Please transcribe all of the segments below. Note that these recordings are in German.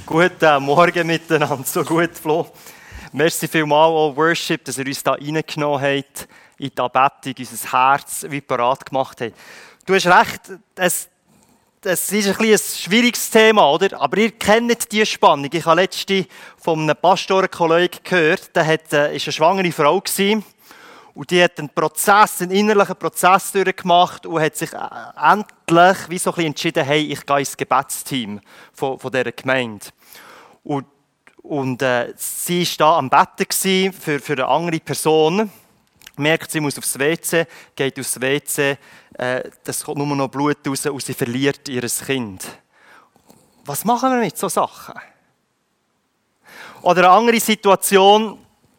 Guten Morgen miteinander, so gut, Flo. Merci vielmals, auch Worship, dass ihr uns da reingenommen habt, in die Anbetung, unser Herz wie parat gemacht habt. Du hast recht, es ist ein bisschen ein schwieriges Thema, oder? Aber ihr kennt die Spannung. Ich habe letztens von einem Pastorenkollegen gehört, der war eine schwangere Frau gewesen, und die hat einen innerlichen Prozess durchgemacht und hat sich endlich wie so ein bisschen entschieden, hey, ich gehe ins Gebetsteam von dieser Gemeinde. Und sie war da am Betten für eine andere Person. Merkt, sie muss aufs WC, geht aufs WC, das kommt nur noch Blut raus und sie verliert ihr Kind. Was machen wir mit solchen Sachen? Oder eine andere Situation,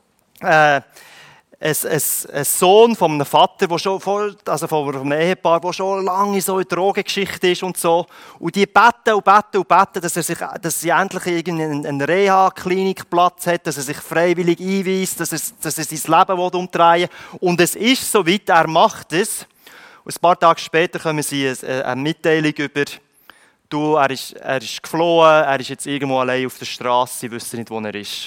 ein Sohn von einem Vater, von einem Ehepaar, der schon lange so in Drogengeschichte ist und so. Und die beten und beten und beten, dass sie endlich einen Reha-Klinikplatz hat, dass er sich freiwillig einweist, dass er sein Leben umdrehen will. Und es ist soweit, er macht es. Und ein paar Tage später kommen sie eine Mitteilung über, er ist geflohen, er ist jetzt irgendwo allein auf der Straße, sie wissen nicht, wo er ist.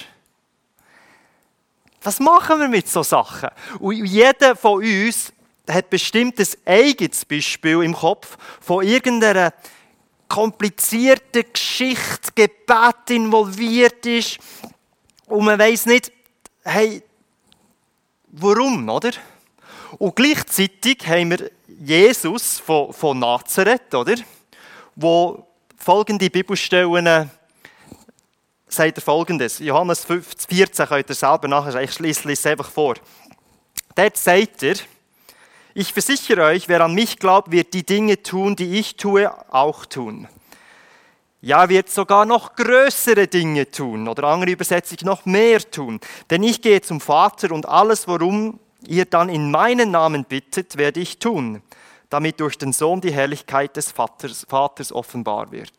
Was machen wir mit solchen Sachen? Und jeder von uns hat bestimmt ein eigenes Beispiel im Kopf von irgendeiner komplizierten Geschichte, Gebet involviert ist. Und man weiss nicht, hey, warum, oder? Und gleichzeitig haben wir Jesus von Nazareth, oder? Wo folgende Bibelstellen sagt er Folgendes. Johannes 14 könnt ihr selber nachher, ich lese es einfach vor. Dort sagt er, ich versichere euch, wer an mich glaubt, wird die Dinge tun, die ich tue, auch tun. Ja, wird sogar noch größere Dinge tun, oder andere Übersetzung noch mehr tun. Denn ich gehe zum Vater und alles, worum ihr dann in meinen Namen bittet, werde ich tun, damit durch den Sohn die Herrlichkeit des Vaters offenbar wird.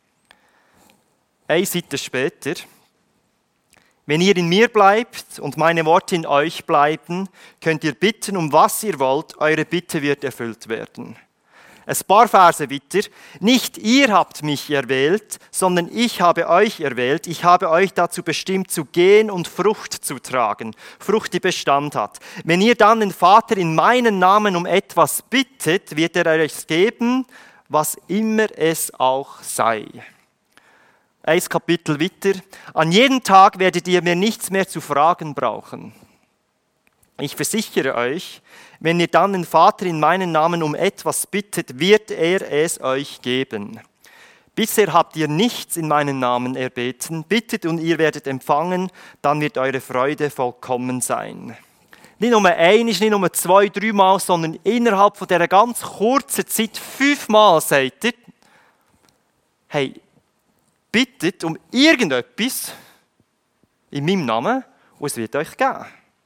Eine Seite später, wenn ihr in mir bleibt und meine Worte in euch bleiben, könnt ihr bitten, um was ihr wollt, eure Bitte wird erfüllt werden. Ein paar Verse weiter, nicht ihr habt mich erwählt, sondern ich habe euch erwählt, ich habe euch dazu bestimmt, zu gehen und Frucht zu tragen, Frucht, die Bestand hat. Wenn ihr dann den Vater in meinen Namen um etwas bittet, wird er euch geben, was immer es auch sei. Ein Kapitel weiter. An jedem Tag werdet ihr mir nichts mehr zu fragen brauchen. Ich versichere euch, wenn ihr dann den Vater in meinen Namen um etwas bittet, wird er es euch geben. Bisher habt ihr nichts in meinen Namen erbeten. Bittet und ihr werdet empfangen, dann wird eure Freude vollkommen sein. Nicht nur einmal, nicht nur 2, 3 Mal, sondern innerhalb von dieser ganz kurzen Zeit 5 Mal sagt er, hey, bittet um irgendetwas in meinem Namen und es wird euch geben.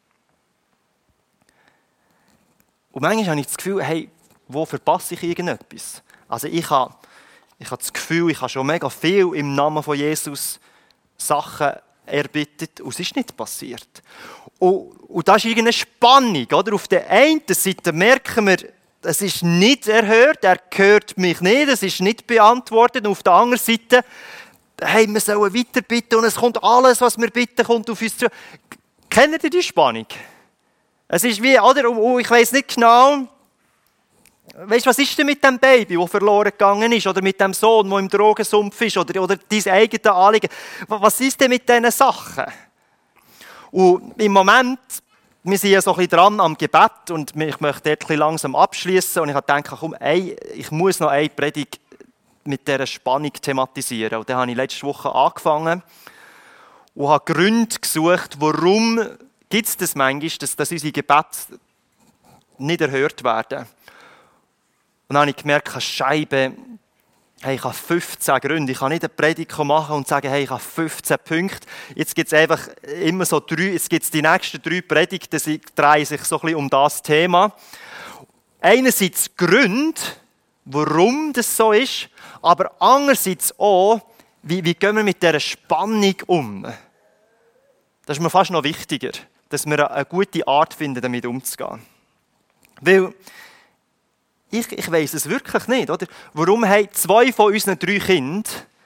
Und manchmal habe ich das Gefühl, hey, wo verpasse ich irgendetwas? Also ich habe das Gefühl, ich habe schon mega viel im Namen von Jesus Sachen erbittet und es ist nicht passiert. Und da ist irgendeine Spannung, oder? Auf der einen Seite merken wir, es ist nicht erhört, er hört mich nicht, es ist nicht beantwortet. Und auf der anderen Seite, hey, wir sollen weiter bitten und es kommt alles, was wir bitten, kommt auf uns zu. Kennt ihr die Spannung? Es ist wie, oder? Ich weiss nicht genau, weißt, was ist denn mit dem Baby, das verloren gegangen ist? Oder mit dem Sohn, der im Drogensumpf ist? Oder dein eigenes Anliegen? Was ist denn mit diesen Sachen? Und im Moment, wir sind ja so ein bisschen dran am Gebet und ich möchte dort ein bisschen langsam abschließen. Und ich habe gedacht, komm, ich muss noch eine Predigt mit dieser Spannung thematisieren. Und dann habe ich letzte Woche angefangen und habe Gründe gesucht, warum gibt es das manchmal, dass unsere Gebete nicht erhört werden. Und dann habe ich gemerkt, Scheibe, hey, ich habe 15 Gründe. Ich kann nicht eine Predigt machen und sagen, hey, ich habe 15 Punkte. Jetzt gibt es einfach immer so 3, jetzt gibt es die nächsten 3 Predigten, die drehen sich so ein bisschen um das Thema. Einerseits Gründe, warum das so ist, aber andererseits auch, wie gehen wir mit dieser Spannung um? Das ist mir fast noch wichtiger, dass wir eine gute Art finden, damit umzugehen. Weil ich weiss es wirklich nicht, oder? Warum haben 2 von unseren 3 Kindern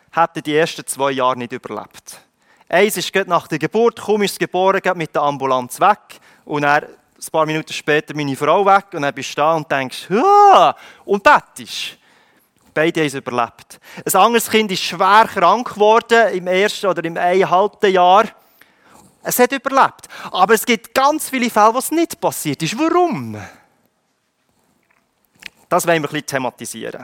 hätten die ersten 2 Jahre nicht überlebt. Eins ist gerade nach der Geburt, kaum ist es geboren, geht mit der Ambulanz weg und dann ein paar Minuten später meine Frau weg und dann bist du da und denkst, ja, und bettest. Beide haben es überlebt. Ein anderes Kind ist schwer krank geworden im ersten oder im 1,5. Jahr. Es hat überlebt. Aber es gibt ganz viele Fälle, wo es nicht passiert ist. Warum? Das wollen wir ein bisschen thematisieren.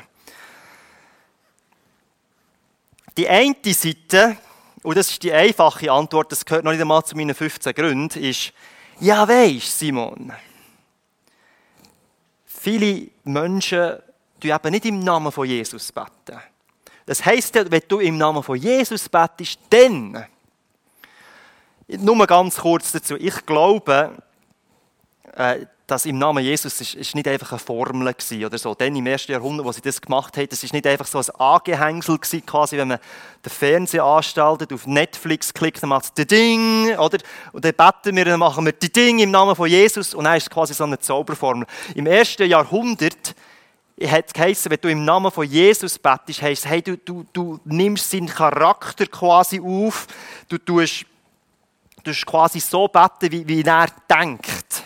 Die eine Seite, und das ist die einfache Antwort, das gehört noch nicht einmal zu meinen 15 Gründen, ist, ja weisst Simon, viele Menschen beten eben nicht im Namen von Jesus beten. Das heisst, wenn du im Namen von Jesus betest, dann, nur ganz kurz dazu, ich glaube, dass im Namen Jesus ist nicht einfach eine Formel war oder so. Dann im 1. Jahrhundert, wo sie das gemacht haben, das ist nicht einfach so ein Angehängsel gewesen, quasi, wenn man den Fernseher anstaltet, auf Netflix klickt, dann macht es Ding, oder? Und dann beten wir, dann machen wir Ding im Namen von Jesus und dann ist es quasi so eine Zauberformel. Im 1. Jahrhundert hat es geheißen, wenn du im Namen von Jesus betest, heisst, hey, du nimmst seinen Charakter quasi auf, du tust quasi so beten, wie er denkt.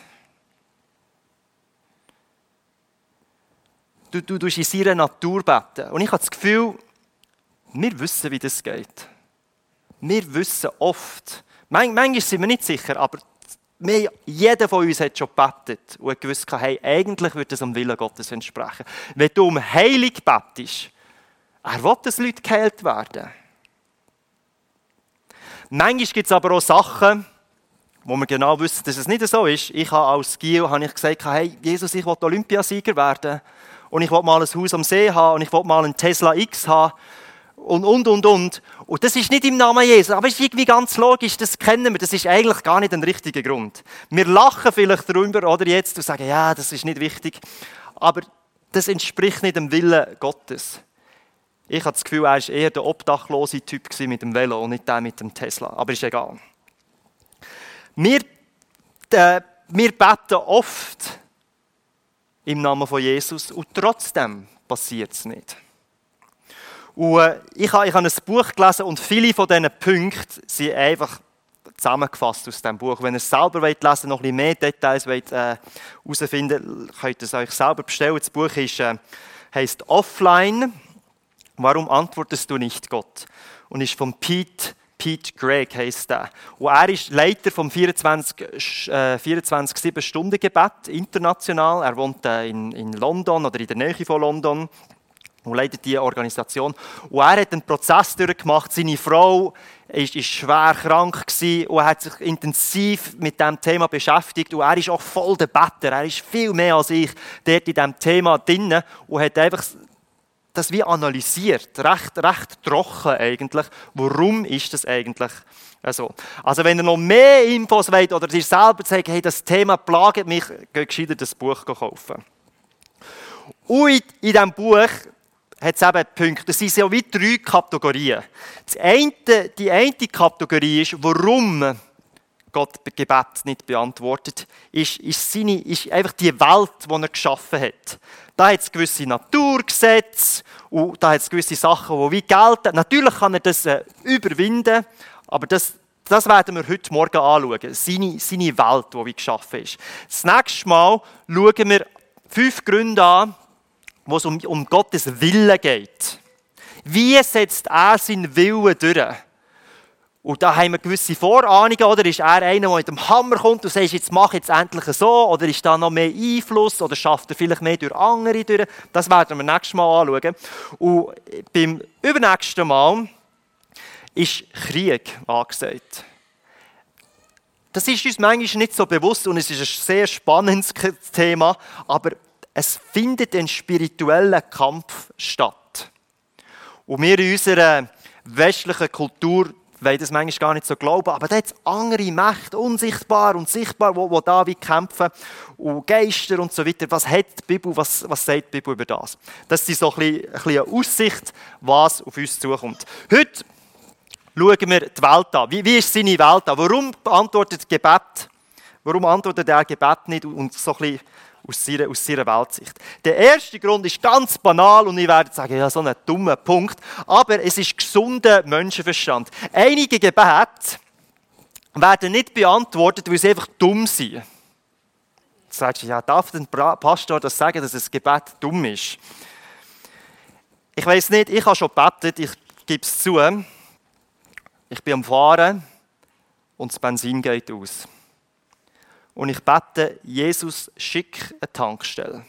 Du tust in seiner Natur beten. Und ich habe das Gefühl, wir wissen, wie das geht. Wir wissen oft. Manchmal sind wir nicht sicher, aber jeder von uns hat schon gebetet und hat gewusst, hey, eigentlich würde es am Willen Gottes entsprechen. Wenn du um Heilung betest, will, dass Leute geheilt werden. Manchmal gibt es aber auch Sachen, wo wir genau wissen, dass es nicht so ist. Ich habe als Gio gesagt, hey, Jesus, ich will Olympiasieger werden. Und ich will mal ein Haus am See haben und ich will mal einen Tesla X haben und. Und das ist nicht im Namen Jesus, aber es ist irgendwie ganz logisch, das kennen wir, das ist eigentlich gar nicht ein richtiger Grund. Wir lachen vielleicht darüber oder jetzt und sagen, ja, das ist nicht wichtig, aber das entspricht nicht dem Willen Gottes. Ich habe das Gefühl, er war eher der obdachlose Typ mit dem Velo und nicht der mit dem Tesla, aber ist egal. Wir beten oft im Namen von Jesus und trotzdem passiert es nicht. Und ich habe ein Buch gelesen und viele von diesen Punkten sind einfach zusammengefasst aus diesem Buch. Wenn ihr es selber lesen wollt, noch ein bisschen mehr Details herausfinden wollt, könnt ihr es euch selber bestellen. Das Buch heisst «Offline. Warum antwortest du nicht, Gott?» und ist von Pete Greig heisst der. Und er ist Leiter vom 24-7-Stunden-Gebet international. Er wohnt in London oder in der Nähe von London und leitet diese Organisation. Und er hat einen Prozess durchgemacht. Seine Frau war schwer krank und er hat sich intensiv mit diesem Thema beschäftigt. Und er ist auch voll der Better. Er ist viel mehr als ich dort in diesem Thema drin und hat einfach das wie analysiert, recht trocken eigentlich. Warum ist das eigentlich so? Also wenn ihr noch mehr Infos wollt oder ihr selber sagt, hey, das Thema plagt mich, geht gescheiter das Buch kaufen. Und in diesem Buch hat es eben Punkte, das sind ja wie 3 Kategorien. Die eine Kategorie ist, warum Gott Gebet nicht beantwortet, ist einfach die Welt, die er geschaffen hat. Da hat es gewisse Naturgesetze und da hat es gewisse Sachen, die wie gelten. Natürlich kann er das überwinden, aber das werden wir heute Morgen anschauen. Seine Welt, die wie geschaffen ist. Das nächste Mal schauen wir 5 Gründe an, wo es um Gottes Willen geht. Wie setzt er seinen Willen durch? Und da haben wir gewisse Vorahnungen, oder? Ist er einer, der mit dem Hammer kommt und sagt, jetzt mach jetzt endlich so, oder ist da noch mehr Einfluss, oder schafft er vielleicht mehr durch andere durch? Das werden wir nächstes Mal anschauen. Und beim übernächsten Mal ist Krieg angesagt. Das ist uns manchmal nicht so bewusst und es ist ein sehr spannendes Thema, aber es findet ein spiritueller Kampf statt. Und wir in unserer westlichen Kultur wollen das manchmal gar nicht so glauben, aber da hat es andere Mächte, unsichtbar und sichtbar, die da wie kämpfen und Geister und so weiter. Was hat die Bibel, was sagt die Bibel über das? Das ist so ein bisschen eine Aussicht, was auf uns zukommt. Heute schauen wir die Welt an. Wie ist seine Welt an? Warum antwortet er Gebet nicht und so ein bisschen aus seiner Weltsicht. Der erste Grund ist ganz banal und ich werde sagen, ja, so ein dummer Punkt, aber es ist gesunder Menschenverstand. Einige Gebete werden nicht beantwortet, weil sie einfach dumm sind. Du sagst, ja, darf der Pastor das sagen, dass ein Gebet dumm ist? Ich weiss nicht, ich habe schon gebetet, ich gebe es zu. Ich bin am Fahren und das Benzin geht aus. Und ich bete, Jesus, schick eine Tankstelle.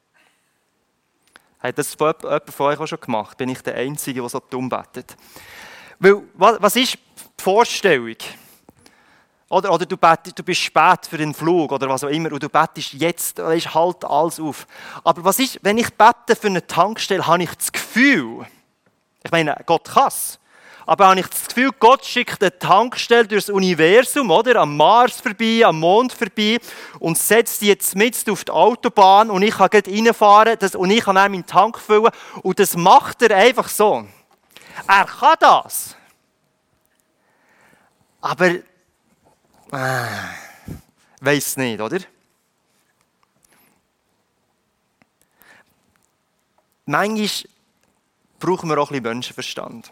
Hat das jemand von euch auch schon gemacht? Bin ich der Einzige, der so dumm betet? Weil, was ist die Vorstellung? Oder du bist spät für den Flug oder was auch immer und du betest jetzt, ist halt alles auf. Aber was ist, wenn ich bete für eine Tankstelle, habe ich das Gefühl, ich meine, Gott kann es, aber habe ich das Gefühl, Gott schickt eine Tankstelle durchs Universum, oder? Am Mars vorbei, am Mond vorbei und setzt die jetzt mit auf die Autobahn und ich kann gleich reinfahren und ich kann auch meinen Tank füllen und das macht er einfach so. Er kann das. Aber weiss nicht, oder? Manchmal brauchen wir auch ein bisschen Menschenverstand.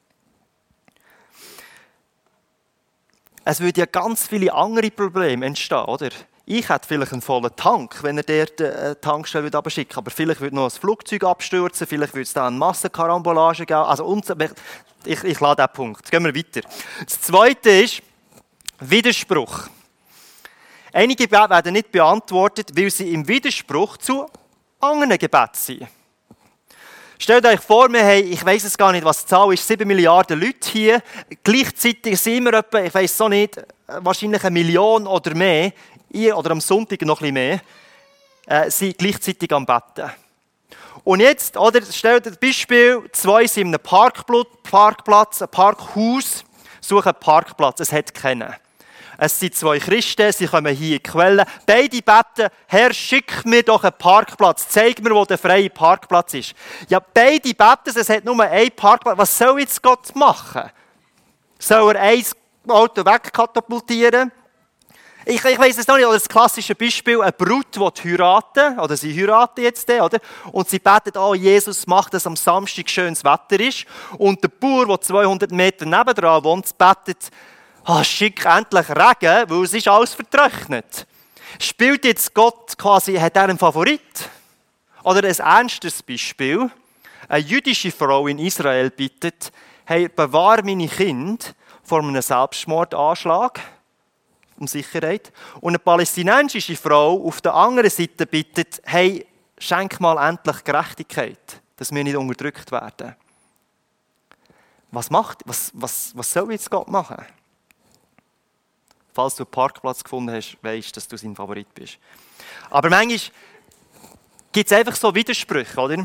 Es würden ja ganz viele andere Probleme entstehen, oder? Ich hätte vielleicht einen vollen Tank, wenn er dort eine Tankstelle abschicken würde, aber vielleicht würde noch ein Flugzeug abstürzen, vielleicht würde es da eine Massenkarambolage geben. Also, ich lasse diesen Punkt. Jetzt gehen wir weiter. Das Zweite ist Widerspruch. Einige Gebete werden nicht beantwortet, weil sie im Widerspruch zu anderen Gebeten sind. Stellt euch vor, wir haben, ich weiss es gar nicht, was die Zahl ist, 7 Milliarden Leute hier. Gleichzeitig sind wir etwa, ich weiss so nicht, wahrscheinlich 1 Million oder mehr, oder am Sonntag noch ein bisschen mehr, sind gleichzeitig am Betten. Und jetzt, oder, stellt euch ein Beispiel, 2 sind in einem Parkplatz, ein Parkhaus, suchen einen Parkplatz, es hat keinen. Es sind 2 Christen, sie kommen hier in die Quelle. Beide beten, Herr, schick mir doch einen Parkplatz. Zeig mir, wo der freie Parkplatz ist. Ja, beide beten, es hat nur einen Parkplatz. Was soll jetzt Gott machen? Soll er ein Auto wegkatapultieren? Ich weiss es noch nicht. Oder das klassische Beispiel, eine Brut will heiraten, oder sie heiraten jetzt, oder? Und sie betet, oh Jesus, mach, dass am Samstag schönes Wetter ist. Und der Bauer, der 200 Meter nebendran wohnt, betet, schick endlich Regen, weil es ist alles vertrocknet. Spielt jetzt Gott quasi, hat er einen Favorit? Oder ein ernstes Beispiel. Eine jüdische Frau in Israel bittet, hey, bewahre meine Kinder vor einem Selbstmordanschlag, um Sicherheit. Und eine palästinensische Frau auf der anderen Seite bittet, hey, schenk mal endlich Gerechtigkeit, dass wir nicht unterdrückt werden. Was soll jetzt Gott machen? Falls du einen Parkplatz gefunden hast, weisst, dass du sein Favorit bist. Aber manchmal gibt es einfach so Widersprüche, oder?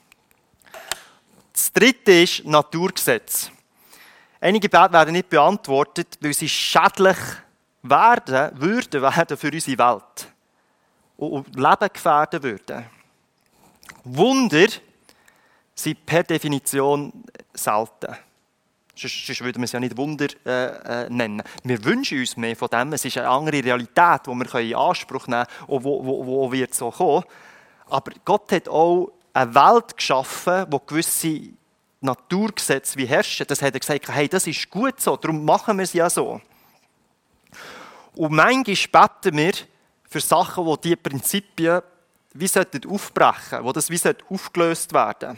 Das Dritte ist Naturgesetz. Einige Gebete werden nicht beantwortet, weil sie schädlich würden für unsere Welt und Leben gefährden würden. Wunder sind per Definition selten. Sonst würden wir es ja nicht Wunder nennen. Wir wünschen uns mehr von dem. Es ist eine andere Realität, die wir in Anspruch nehmen können und wo wird so kommen. Aber Gott hat auch eine Welt geschaffen, wo gewisse Naturgesetze wie herrschen. Das hat er gesagt, hey, das ist gut so, darum machen wir es ja so. Und manchmal beten wir für Sachen, wo diese Prinzipien wie aufbrechen, wo das wie aufgelöst werden.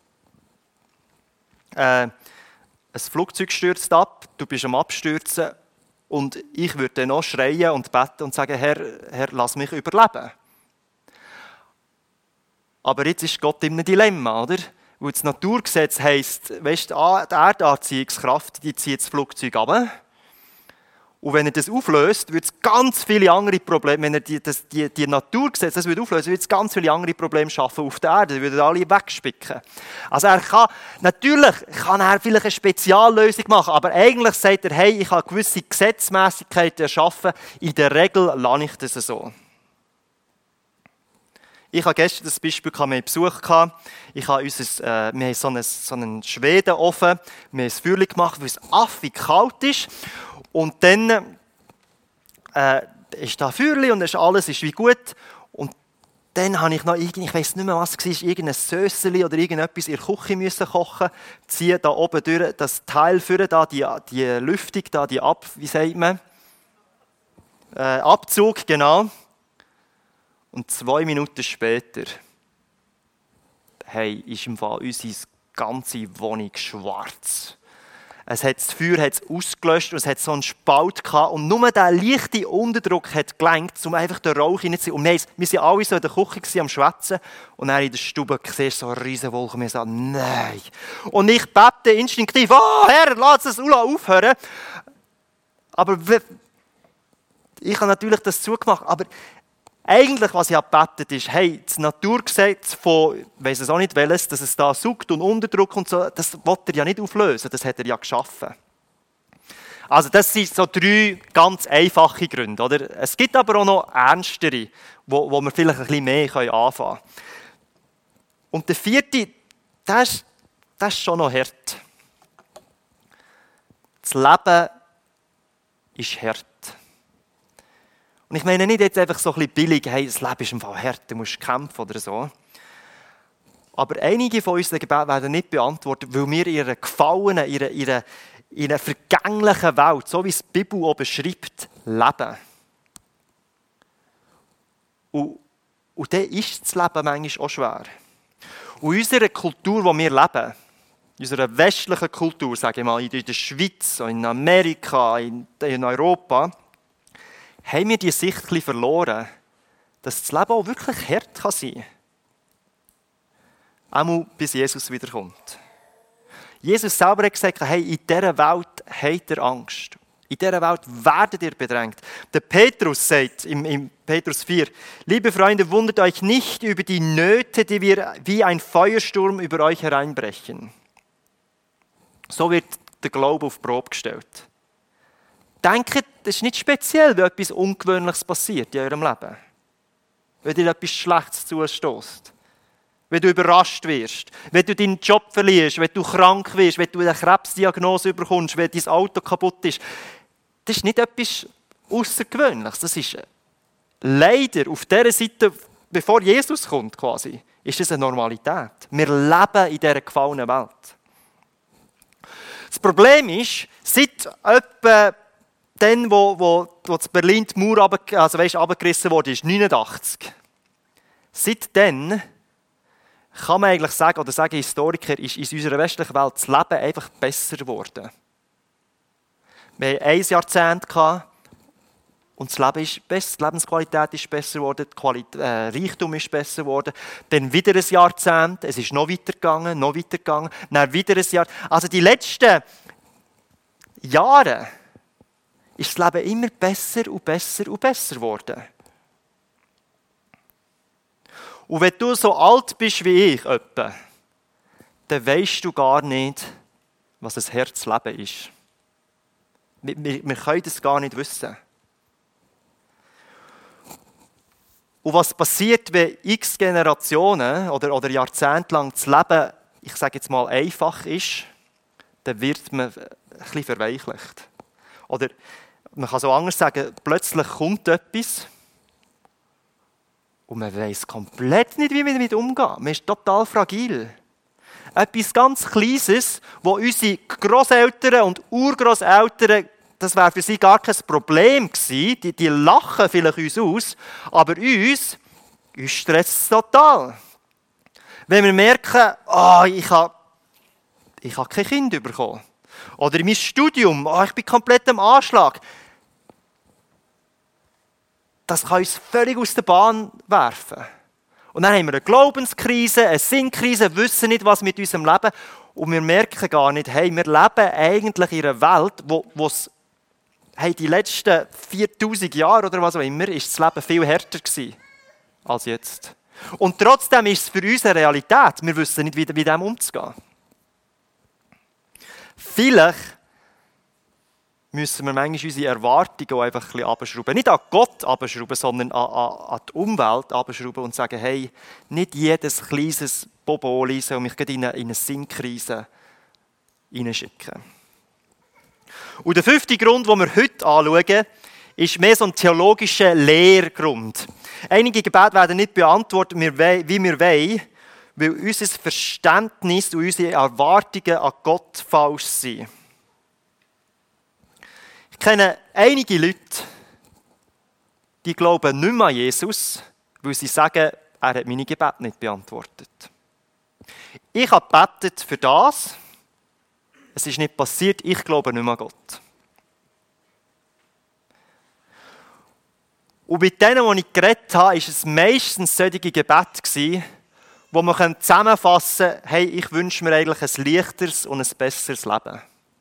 Ein Flugzeug stürzt ab, du bist am Abstürzen und ich würde dann noch schreien und beten und sagen, Herr, lass mich überleben. Aber jetzt ist Gott in einem Dilemma, oder? Weil das Naturgesetz heisst, weißt, die Erdanziehungskraft, die zieht das Flugzeug runter. Und wenn er das auflöst, wird es ganz viele andere Probleme, wenn er die Naturgesetze auflösen, wird es ganz viele andere Probleme schaffen auf der Erde, die würden alle wegspicken. Also natürlich kann er vielleicht eine Speziallösung machen, aber eigentlich sagt er, hey, ich habe gewisse Gesetzmäßigkeiten erschaffen, in der Regel lasse ich das so. Ich habe gestern das Beispiel, wir hatten Besuch. Wir haben so einen Schwedenofen, wir haben ein Feuer gemacht, weil es affig kalt ist. Und dann ist da Feuerchen und alles ist wie gut. Und dann habe ich noch, ich weiss nicht mehr, was es war, irgendein Sösseli oder irgendetwas in der Küche müssen kochen. Ziehe da oben durch das Teil führen, da die Lüftung, da die wie sagt man? Abzug, genau. Und 2 Minuten später, hey, ist im Fall unsere ganze Wohnung schwarz. Das Feuer hat es ausgelöscht und es hat so einen Spalt gehabt. Und nur der leichte Unterdruck hat gelenkt, um einfach den Rauch hineinzuziehen. Und wir waren alle so in der Küche am Schwätzen. Und dann in der Stube siehst du so eine riesen Wolke. Und wir sagen, nein. Und ich bete instinktiv, oh Herr, lass es aufhören. Aber ich habe natürlich das zugemacht. Aber eigentlich, was ich gebetet ist, hey, das Naturgesetz von, ich weiss es auch nicht welches, dass es da saugt und Unterdruck und so, das wollte er ja nicht auflösen, das hat er ja geschaffen. Also das sind so 3 ganz einfache Gründe, oder? Es gibt aber auch noch ernstere, wo wir vielleicht ein bisschen mehr anfangen können. Und der 4., das ist schon noch hart. Das Leben ist hart. Und ich meine nicht jetzt einfach so ein bisschen billig, hey, das Leben ist im Fall hart, du musst kämpfen oder so. Aber einige von unseren Gebeten werden nicht beantwortet, weil wir in einer gefallenen, in einer vergänglichen Welt, so wie es die Bibel auch beschreibt, leben. Und dann ist das Leben manchmal auch schwer. Und in unserer Kultur, in der wir leben, in unserer westlichen Kultur, sage ich mal, in der Schweiz, in Amerika, in Europa, haben wir die Sicht ein bisschen verloren, dass das Leben auch wirklich hart sein kann. Einmal bis Jesus wiederkommt. Jesus selber hat gesagt, hey, in dieser Welt habt ihr Angst. In dieser Welt werdet ihr bedrängt. Der Petrus sagt im Petrus 4, liebe Freunde, wundert euch nicht über die Nöte, die wir wie ein Feuersturm über euch hereinbrechen. So wird der Glaube auf die Probe gestellt. Denkt, das ist nicht speziell, wenn etwas Ungewöhnliches passiert in eurem Leben. Wenn dir etwas Schlechtes zustößt. Wenn du überrascht wirst. Wenn du deinen Job verlierst. Wenn du krank wirst. Wenn du eine Krebsdiagnose bekommst. Wenn dein Auto kaputt ist. Das ist nicht etwas Außergewöhnliches. Das ist leider auf dieser Seite, bevor Jesus kommt quasi, ist das eine Normalität. Wir leben in dieser gefallenen Welt. Das Problem ist, seit etwa dann, wo in Berlin die Mauer runtergerissen wurde, ist 1989. Seitdem kann man eigentlich sagen, oder sagen Historiker, ist in unserer westlichen Welt das Leben einfach besser geworden. Wir hatten 1 Jahrzehnt und das Leben ist besser, die Lebensqualität ist besser geworden, Reichtum ist besser geworden. Dann wieder ein Jahrzehnt, es ist noch weitergegangen, dann wieder ein Jahr. Also die letzten Jahre ist das Leben immer besser und besser und besser geworden. Und wenn du so alt bist wie ich, etwa, dann weisst du gar nicht, was ein Herzleben ist. Wir können das gar nicht wissen. Und was passiert, wenn x Generationen oder Jahrzehnte lang das Leben, ich sage jetzt mal, einfach ist, dann wird man ein bisschen verweichlicht. Oder man kann so anders sagen, plötzlich kommt etwas und man weiss komplett nicht, wie man damit umgeht. Man ist total fragil. Etwas ganz Kleines, wo unsere Grosseltern und Urgroßeltern, das wäre für sie gar kein Problem gewesen. Die lachen vielleicht uns aus, aber uns stresst es total. Wenn wir merken, ich habe kein Kind bekommen. Oder in meinem Studium, ich bin komplett am Anschlag. Das kann uns völlig aus der Bahn werfen. Und dann haben wir eine Glaubenskrise, eine Sinnkrise, wissen nicht, was mit unserem Leben. Und wir merken gar nicht, hey, wir leben eigentlich in einer Welt, wo es, hey, die letzten 4000 Jahre oder was auch immer, ist das Leben viel härter gewesen als jetzt. Und trotzdem ist es für uns eine Realität. Wir wissen nicht, wie damit umzugehen. Vielleicht müssen wir manchmal unsere Erwartungen auch einfach ein bisschen abschrauben. Nicht an Gott abschrauben, sondern an die Umwelt abschrauben und sagen, hey, nicht jedes kleines Boboli soll mich in eine Sinnkrise hineinschicken. Und der 5. Grund, den wir heute anschauen, ist mehr so ein theologischer Lehrgrund. Einige Gebete werden nicht beantwortet, wie wir wollen, weil unser Verständnis und unsere Erwartungen an Gott falsch sind. Ich kenne einige Leute, die glauben nicht mehr an Jesus, weil sie sagen, er hat meine Gebete nicht beantwortet. Ich habe gebetet für das, es ist nicht passiert, ich glaube nicht mehr an Gott. Und mit denen, die ich geredet habe, war es meistens solche Gebete, wo man zusammenfassen kann, hey, ich wünsche mir eigentlich ein leichteres und ein besseres Leben.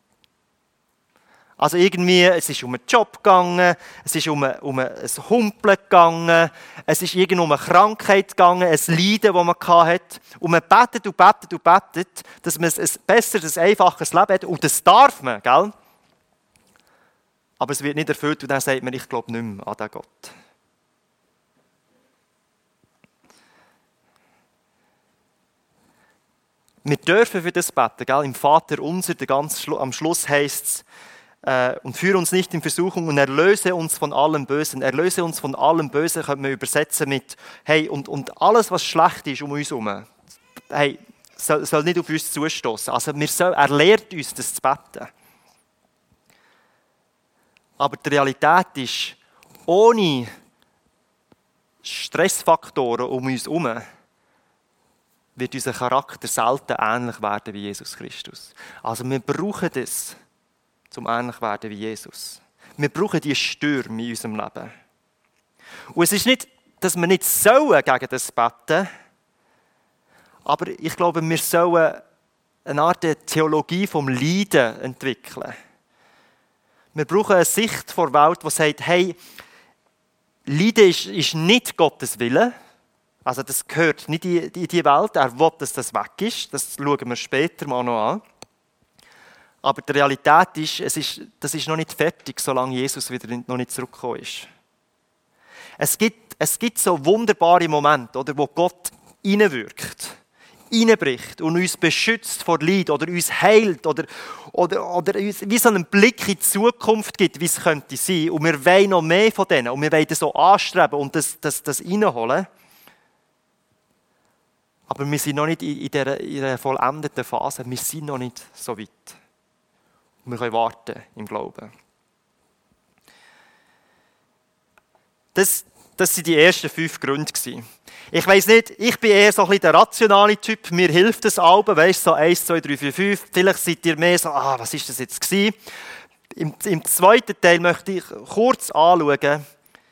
Also irgendwie, es ist um einen Job gegangen, es ist um ein Humpeln gegangen, es ist irgendwie um eine Krankheit gegangen, ein Leiden, das man hatte. Und man betet und betet und betet, dass man ein besseres, ein einfaches Leben hat. Und das darf man, gell? Aber es wird nicht erfüllt und dann sagt man, ich glaube nicht mehr an den Gott. Wir dürfen für das beten, gell? Im Vater unser, am Schluss heisst es, und führe uns nicht in Versuchung und erlöse uns von allem Bösen. Erlöse uns von allem Bösen könnte man übersetzen mit, hey, und alles, was schlecht ist um uns herum, hey, soll nicht auf uns zustoßen. Also er lehrt uns, das zu beten. Aber die Realität ist, ohne Stressfaktoren um uns herum, wird unser Charakter selten ähnlich werden wie Jesus Christus. Also wir brauchen das, um ähnlich werden wie Jesus. Wir brauchen diese Stürme in unserem Leben. Und es ist nicht, dass wir nicht sollen gegen das beten, aber ich glaube, wir sollen eine Art Theologie vom Leiden entwickeln. Wir brauchen eine Sicht vor der Welt, die sagt, hey, Leiden ist nicht Gottes Wille. Also das gehört nicht in die Welt. Er will, dass das weg ist. Das schauen wir später mal noch an. Aber die Realität ist, das ist noch nicht fertig, solange Jesus wieder noch nicht zurückgekommen ist. Es gibt so wunderbare Momente, oder, wo Gott hineinwirkt, hineinbricht und uns beschützt vor Leid oder uns heilt oder uns wie so einen Blick in die Zukunft gibt, wie es könnte sein. Und wir wollen noch mehr von denen und wir wollen das so anstreben und das reinholen. Aber wir sind noch nicht in dieser vollendeten Phase. Wir sind noch nicht so weit. Und wir können warten im Glauben. Das waren die ersten 5 Gründe. Ich weiss nicht, ich bin eher so ein bisschen der rationale Typ. Mir hilft das Alben, weißt du, so 1, 2, 3, 4, 5. Vielleicht seid ihr mehr so, was ist das jetzt gewesen? Im zweiten Teil möchte ich kurz anschauen,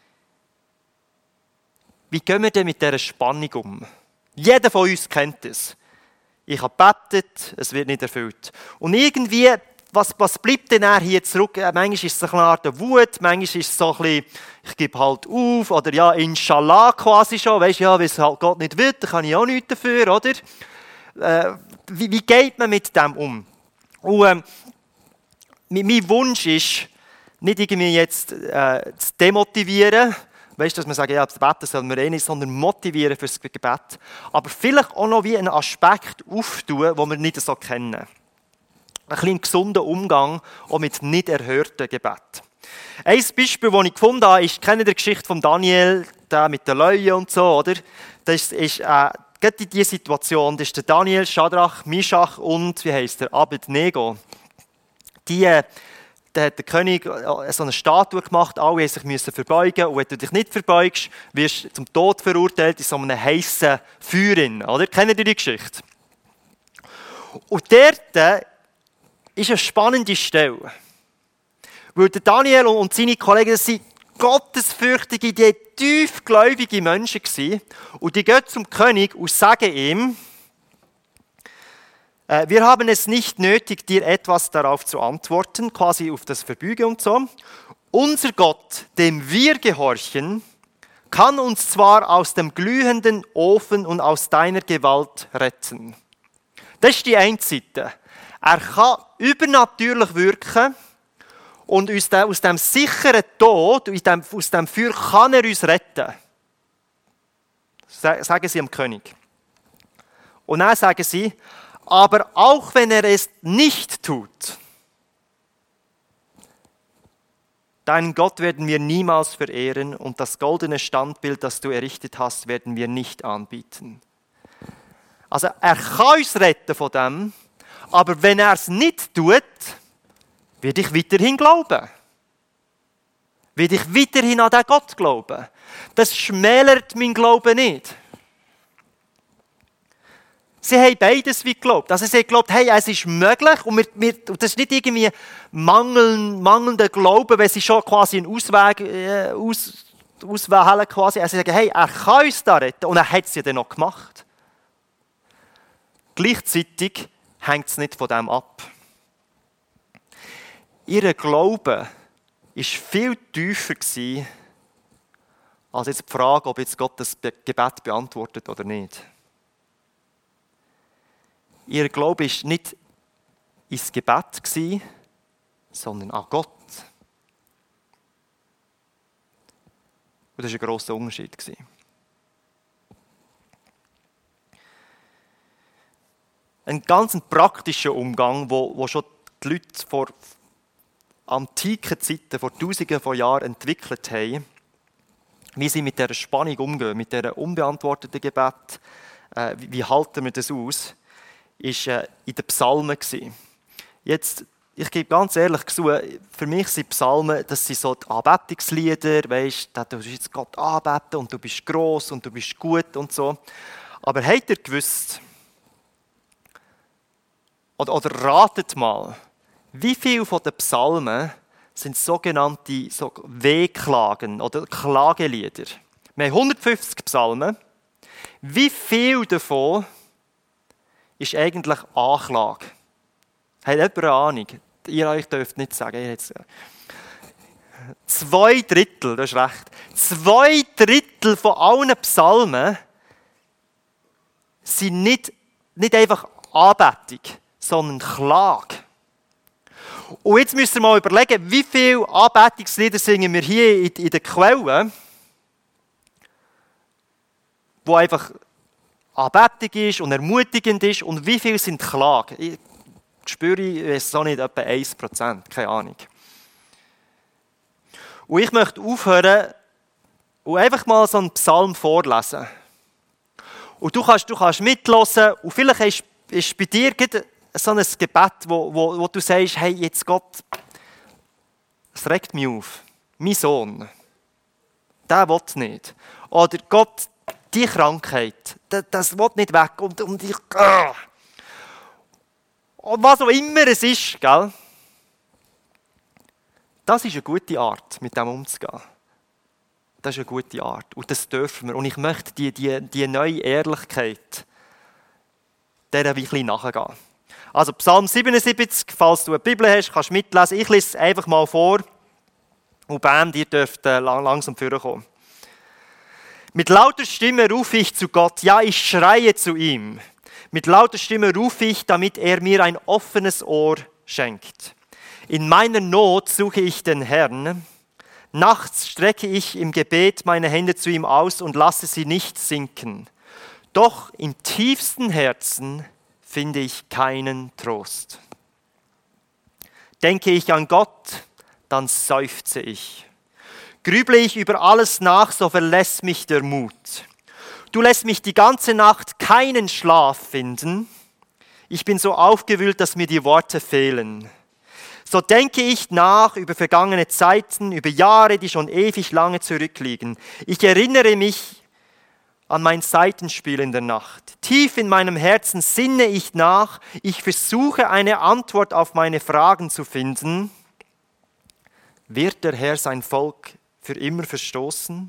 wie gehen wir denn mit dieser Spannung um? Jeder von uns kennt es. Ich habe gebetet, es wird nicht erfüllt. Und irgendwie, was bleibt denn hier zurück? Manchmal ist es eine Art Wut, manchmal ist es so ein bisschen, ich gebe halt auf, oder ja, Inshallah quasi schon, weisst du, ja, wenn es halt Gott nicht will, dann kann ich auch nichts dafür, oder? Wie geht man mit dem um? Und mein Wunsch ist, nicht irgendwie jetzt zu demotivieren, weißt du, dass man sagt, ja, das Beten soll man nicht, sondern motivieren für das Gebet. Aber vielleicht auch noch wie einen Aspekt auftun, den wir nicht so kennen. Ein bisschen gesunder Umgang auch mit nicht erhörten Gebet. Ein Beispiel, das ich gefunden habe, ist, kennt ihr die Geschichte von Daniel, der mit den Löwen und so, oder? Das ist gerade in dieser Situation, das ist der Daniel, Schadrach, Mischach und, wie heisst der, Abednego. Da hat der König so eine Statue gemacht, alle mussten sich verbeugen. Und wenn du dich nicht verbeugst, wirst du zum Tod verurteilt in so einem heissen Feuer. Oder? Kennt ihr die Geschichte? Und dort ist eine spannende Stelle. Weil der Daniel und seine Kollegen, das sind gottesfürchtige, die tiefgläubige Menschen gewesen. Und die gehen zum König und sagen ihm, wir haben es nicht nötig, dir etwas darauf zu antworten, quasi auf das Verbeugen und so. Unser Gott, dem wir gehorchen, kann uns zwar aus dem glühenden Ofen und aus deiner Gewalt retten. Das ist die eine Seite. Er kann übernatürlich wirken und aus dem sicheren Tod, aus dem Feuer, kann er uns retten. Sagen sie am König. Und dann sagen sie, aber auch wenn er es nicht tut, Deinen Gott werden wir niemals verehren und das goldene Standbild, das du errichtet hast, werden wir nicht anbieten. Also er kann uns retten von dem, aber wenn er es nicht tut, werde ich weiterhin glauben. Werde ich weiterhin an diesen Gott glauben. Das schmälert mein Glauben nicht. Sie haben beides wie geglaubt. Also sie haben geglaubt, hey, es ist möglich und und das ist nicht irgendwie mangelnder Glaube, wenn sie schon quasi einen Ausweg auswählen quasi. Also sie sagen, hey, er kann uns da retten und er hat es ja dann noch gemacht. Gleichzeitig hängt es nicht von dem ab. Ihr Glaube war viel tiefer gewesen, als jetzt die Frage, ob jetzt Gott das Gebet beantwortet oder nicht. Ihr Glaube war nicht ins Gebet gewesen, sondern an Gott. Und das war ein grosser Unterschied. Ein ganz praktischer Umgang, wo schon die Leute vor antiken Zeiten, vor Tausenden von Jahren entwickelt haben, wie sie mit dieser Spannung umgehen, mit dieser unbeantworteten Gebet, wie halten wir das aus, ist in den Psalmen gewesen. Jetzt, ich gebe ganz ehrlich zu, für mich sind Psalmen, das sind so die Anbetungslieder, weisst, da du jetzt Gott anbeten und du bist gross und du bist gut und so. Aber habt ihr gewusst, oder ratet mal, wie viele von den Psalmen sind sogenannte Wehklagen oder Klagelieder? Wir haben 150 Psalmen. Wie viel davon ist eigentlich Anklage? Habt jemand eine Ahnung? Ihr euch dürft nicht sagen. 2/3, das ist recht. 2/3 von allen Psalmen sind nicht einfach Anbetung, sondern Klage. Und jetzt müsst ihr mal überlegen, wie viele Anbetungslieder singen wir hier in den Quellen, wo einfach Anbetung ist und ermutigend ist, und wie viele sind Klage? Ich spüre, ich weiß auch nicht, etwa 1%, keine Ahnung. Und ich möchte aufhören und einfach mal so einen Psalm vorlesen. Und du kannst mithören und vielleicht ist bei dir so ein Gebet, wo du sagst, hey, jetzt Gott, es regt mich auf. Mein Sohn, der will nicht. Oder Gott, die Krankheit, das will nicht weg. Und ich, und was auch immer es ist, gell? Das ist eine gute Art, mit dem umzugehen. Das ist eine gute Art. Und das dürfen wir. Und ich möchte die neue Ehrlichkeit, der ein bisschen nachgehen. Also Psalm 77, falls du eine Bibel hast, kannst du mitlesen. Ich lese es einfach mal vor. Und Bam, ihr dürft langsam vorkommen. Mit lauter Stimme rufe ich zu Gott, ja, ich schreie zu ihm. Mit lauter Stimme rufe ich, damit er mir ein offenes Ohr schenkt. In meiner Not suche ich den Herrn. Nachts strecke ich im Gebet meine Hände zu ihm aus und lasse sie nicht sinken. Doch im tiefsten Herzen finde ich keinen Trost. Denke ich an Gott, dann seufze ich. Grüble ich über alles nach, so verlässt mich der Mut. Du lässt mich die ganze Nacht keinen Schlaf finden. Ich bin so aufgewühlt, dass mir die Worte fehlen. So denke ich nach über vergangene Zeiten, über Jahre, die schon ewig lange zurückliegen. Ich erinnere mich an mein Saitenspiel in der Nacht. Tief in meinem Herzen sinne ich nach. Ich versuche, eine Antwort auf meine Fragen zu finden. Wird der Herr sein Volk für immer verstoßen?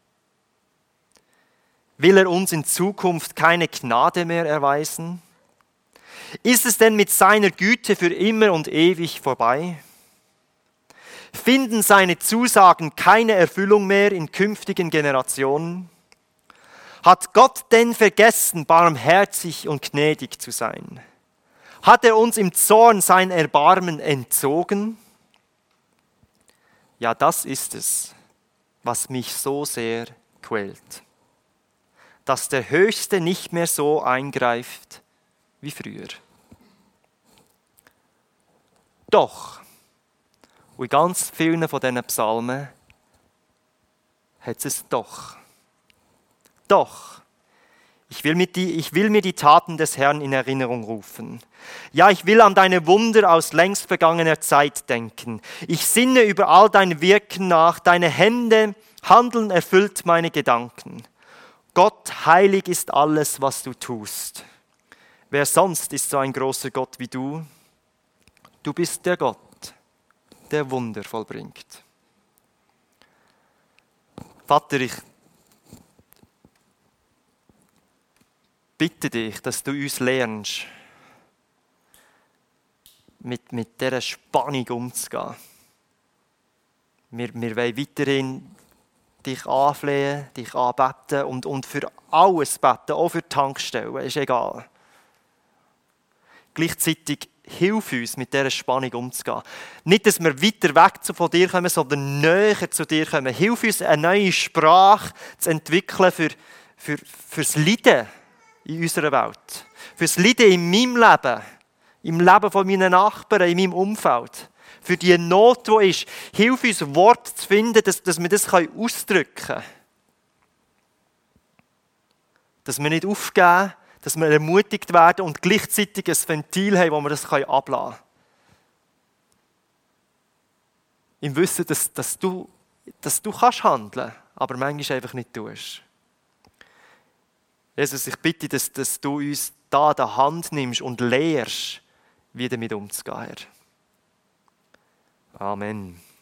Will er uns in Zukunft keine Gnade mehr erweisen? Ist es denn mit seiner Güte für immer und ewig vorbei? Finden seine Zusagen keine Erfüllung mehr in künftigen Generationen? Hat Gott denn vergessen, barmherzig und gnädig zu sein? Hat er uns im Zorn sein Erbarmen entzogen? Ja, das ist es, was mich so sehr quält. Dass der Höchste nicht mehr so eingreift wie früher. Doch, und Und in ganz vielen von diesen Psalmen hat es doch. Doch. Ich will mir die Taten des Herrn in Erinnerung rufen. Ja, ich will an deine Wunder aus längst vergangener Zeit denken. Ich sinne über all dein Wirken nach. Deine Hände Handeln erfüllt meine Gedanken. Gott, heilig ist alles, was du tust. Wer sonst ist so ein großer Gott wie du? Du bist der Gott, der Wunder vollbringt. Vater, ich bitte dich, dass du uns lernst, mit dieser Spannung umzugehen. Wir wollen weiterhin dich anflehen, dich anbeten und für alles beten, auch für die Tankstellen, ist egal. Gleichzeitig hilf uns, mit dieser Spannung umzugehen. Nicht, dass wir weiter weg von dir kommen, sondern näher zu dir kommen. Hilf uns, eine neue Sprache zu entwickeln fürs Leiden in unserer Welt. Fürs Leiden in meinem Leben, im Leben von meinen Nachbarn, in meinem Umfeld. Für die Not, die ist. Hilf uns, Worte zu finden, dass wir das ausdrücken können. Dass wir nicht aufgeben, dass wir ermutigt werden und gleichzeitig ein Ventil haben, wo wir das ablassen können. Im Wissen, dass du kannst handeln, aber manchmal einfach nicht tust. Jesus, ich bitte, dass du uns da an der Hand nimmst und lehrst, wie damit umzugehen. Amen.